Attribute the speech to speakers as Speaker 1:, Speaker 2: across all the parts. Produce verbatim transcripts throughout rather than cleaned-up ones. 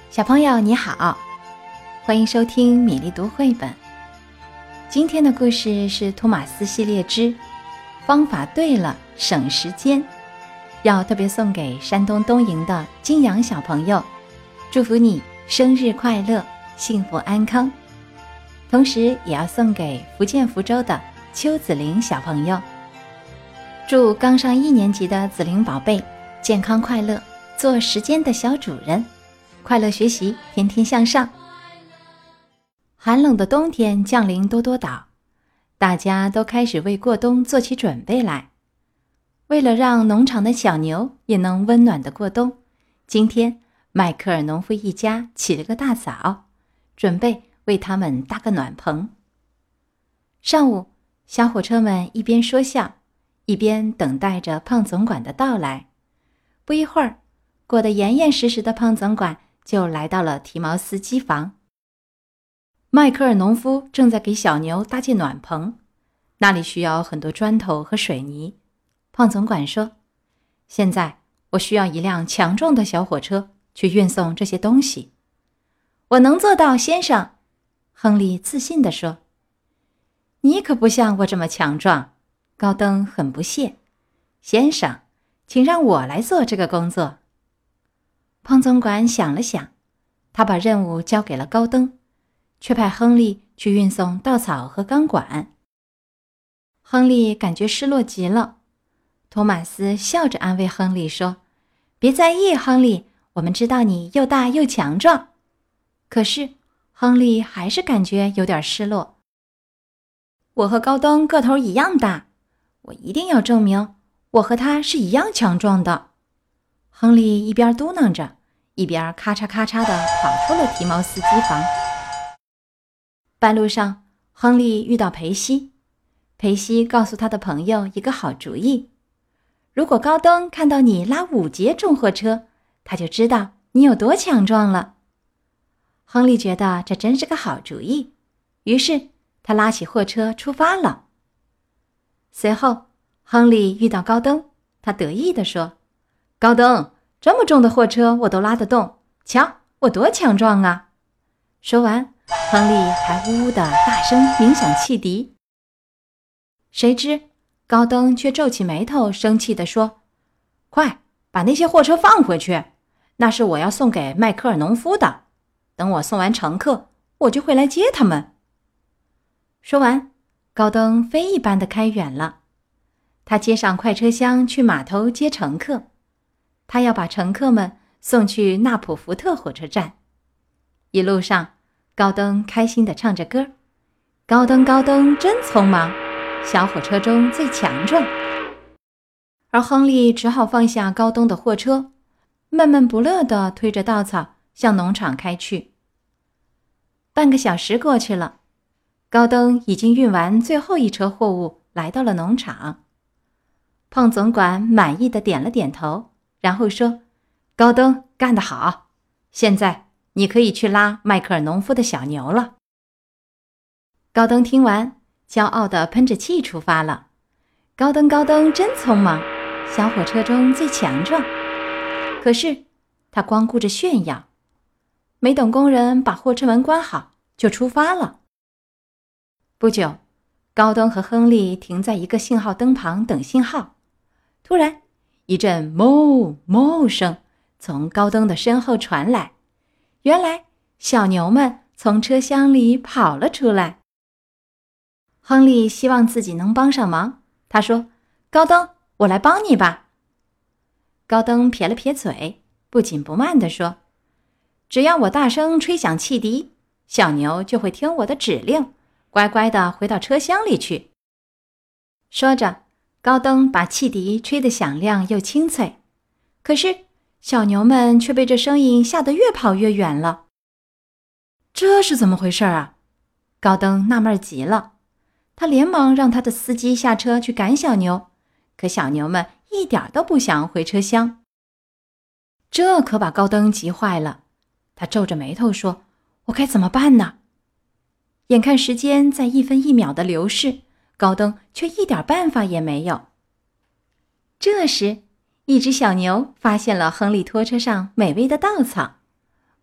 Speaker 1: 小朋友你好，欢迎收听米粒读绘本。今天的故事是托马斯系列之方法对了省时间，要特别送给山东东营的金阳小朋友，祝福你生日快乐，幸福安康。同时也要送给福建福州的邱子玲小朋友，祝刚上一年级的子玲宝贝健康快乐，做时间的小主人，快乐学习，天天向上。寒冷的冬天降临多多岛，大家都开始为过冬做起准备来。为了让农场的小牛也能温暖地过冬，今天迈克尔农夫一家起了个大早，准备为他们搭个暖棚。上午，小火车们一边说笑，一边等待着胖总管的到来。不一会儿，裹得严严实实的胖总管就来到了提毛斯机房。迈克尔农夫正在给小牛搭建暖棚，那里需要很多砖头和水泥。胖总管说，现在我需要一辆强壮的小火车去运送这些东西。我能做到，先生，亨利自信地说。你可不像我这么强壮，高登很不屑。先生，请让我来做这个工作。胖总管想了想，他把任务交给了高登，却派亨利去运送稻草和钢管。亨利感觉失落极了。托马斯笑着安慰亨利说，别在意，亨利，我们知道你又大又强壮。可是亨利还是感觉有点失落。我和高登个头一样大，我一定要证明我和他是一样强壮的。亨利一边嘟囔着，一边咔嚓咔嚓地跑出了提毛斯机房。半路上，亨利遇到裴西，裴西告诉他的朋友一个好主意，如果高登看到你拉五节重货车，他就知道你有多强壮了。亨利觉得这真是个好主意，于是他拉起货车出发了。随后，亨利遇到高登，他得意地说，高登，这么重的货车我都拉得动，瞧，我多强壮啊！说完，亨利还呜呜地大声鸣响汽笛。谁知高登却皱起眉头，生气地说，快把那些货车放回去，那是我要送给迈克尔农夫的，等我送完乘客，我就会来接他们。说完，高登飞一般地开远了。他接上快车厢去码头接乘客，他要把乘客们送去纳普福特火车站。一路上，高登开心地唱着歌，高登高登真匆忙，小火车中最强壮。而亨利只好放下高登的货车，闷闷不乐地推着稻草向农场开去。半个小时过去了，高登已经运完最后一车货物来到了农场。胖总管满意地点了点头，然后说，高登干得好，现在你可以去拉迈克尔农夫的小牛了。高登听完，骄傲地喷着气出发了。高登高登真匆忙，小火车中最强壮。可是他光顾着炫耀，没等工人把货车门关好，就出发了。不久，高登和亨利停在一个信号灯旁等信号。突然，一阵哞哞声从高登的身后传来，原来小牛们从车厢里跑了出来。亨利希望自己能帮上忙，他说，高登，我来帮你吧。高登撇了撇嘴，不紧不慢地说，只要我大声吹响汽笛，小牛就会听我的指令，乖乖地回到车厢里去。说着，高登把汽笛吹得响亮又清脆，可是小牛们却被这声音吓得越跑越远了。这是怎么回事啊？高登纳闷极了，他连忙让他的司机下车去赶小牛，可小牛们一点都不想回车厢。这可把高登急坏了，他皱着眉头说，我该怎么办呢？眼看时间在一分一秒的流逝，高登却一点办法也没有。这时，一只小牛发现了亨利拖车上美味的稻草，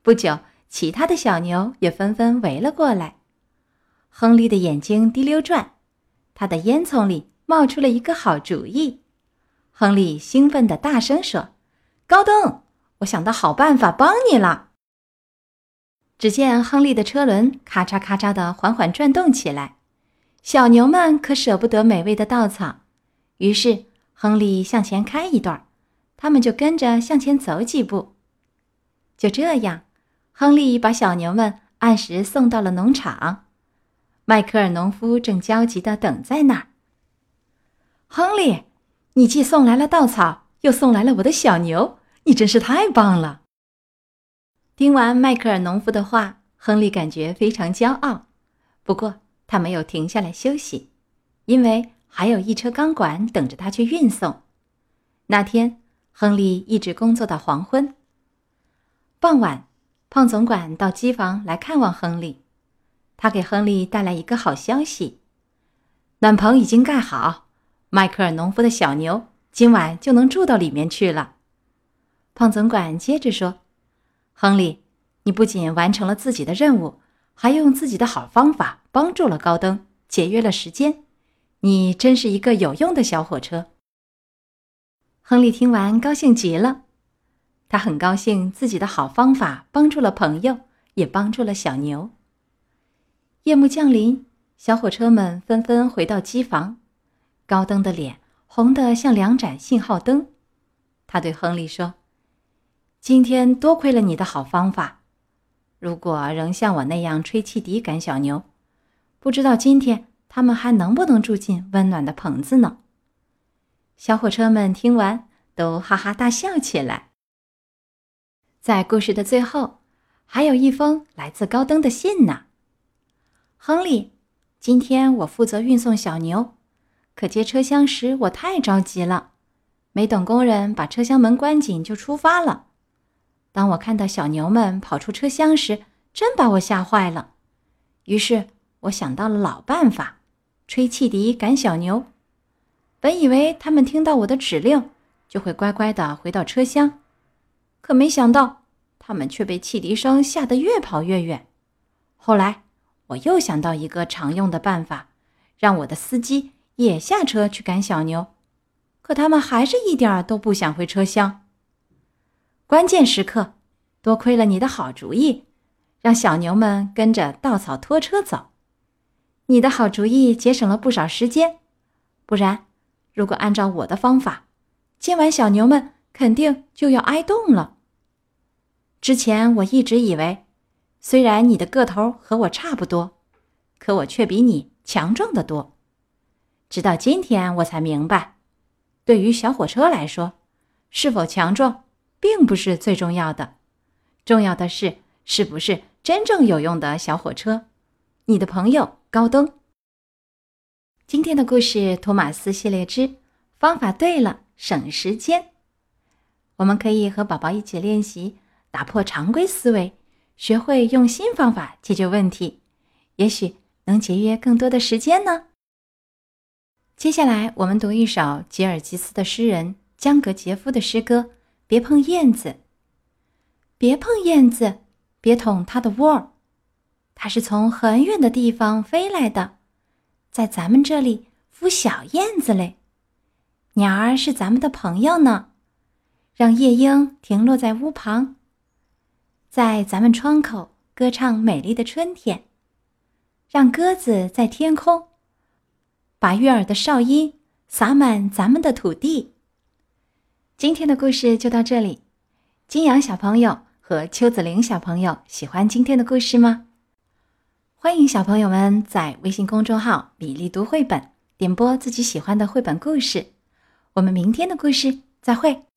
Speaker 1: 不久，其他的小牛也纷纷围了过来。亨利的眼睛滴溜转，他的烟囱里冒出了一个好主意。亨利兴奋地大声说：“高登，我想到好办法帮你了！”只见亨利的车轮咔嚓咔嚓地缓缓转动起来，小牛们可舍不得美味的稻草，于是亨利向前开一段，他们就跟着向前走几步。就这样，亨利把小牛们按时送到了农场。迈克尔农夫正焦急地等在那儿。亨利，你既送来了稻草，又送来了我的小牛，你真是太棒了！听完迈克尔农夫的话，亨利感觉非常骄傲。不过他没有停下来休息，因为还有一车钢管等着他去运送。那天，亨利一直工作到黄昏。傍晚，胖总管到机房来看望亨利。他给亨利带来一个好消息：暖棚已经盖好，迈克尔农夫的小牛今晚就能住到里面去了。胖总管接着说：“亨利，你不仅完成了自己的任务，还用自己的好方法帮助了高登，节约了时间。你真是一个有用的小火车。”亨利听完高兴极了，他很高兴自己的好方法帮助了朋友，也帮助了小牛。夜幕降临，小火车们纷纷回到机房。高登的脸红得像两盏信号灯。他对亨利说：“今天多亏了你的好方法，如果仍像我那样吹汽笛赶小牛，不知道今天他们还能不能住进温暖的棚子呢？”小火车们听完都哈哈大笑起来。在故事的最后，还有一封来自高登的信呢。亨利，今天我负责运送小牛，可接车厢时我太着急了，没等工人把车厢门关紧就出发了。当我看到小牛们跑出车厢时，真把我吓坏了。于是我想到了老办法，吹汽笛赶小牛。本以为他们听到我的指令，就会乖乖地回到车厢，可没想到他们却被汽笛声吓得越跑越远。后来我又想到一个常用的办法，让我的司机也下车去赶小牛，可他们还是一点儿都不想回车厢。关键时刻，多亏了你的好主意，让小牛们跟着稻草拖车走。你的好主意节省了不少时间，不然，如果按照我的方法，今晚小牛们肯定就要挨冻了。之前我一直以为，虽然你的个头和我差不多，可我却比你强壮得多。直到今天我才明白，对于小火车来说，是否强壮并不是最重要的，重要的是是不是真正有用的小火车。你的朋友高登。今天的故事托马斯系列之方法对了，省时间。我们可以和宝宝一起练习，打破常规思维，学会用新方法解决问题，也许能节约更多的时间呢。接下来我们读一首吉尔吉斯的诗人江格杰夫的诗歌《别碰燕子》。别碰燕子，别捅它的窝，它是从很远的地方飞来的，在咱们这里孵小燕子嘞。鸟儿是咱们的朋友呢，让夜莺停落在屋旁，在咱们窗口歌唱美丽的春天，让鸽子在天空把悦耳的哨音洒满咱们的土地。今天的故事就到这里，金阳小朋友和邱子玲小朋友喜欢今天的故事吗？欢迎小朋友们在微信公众号米粒读绘本点播自己喜欢的绘本故事。我们明天的故事再会。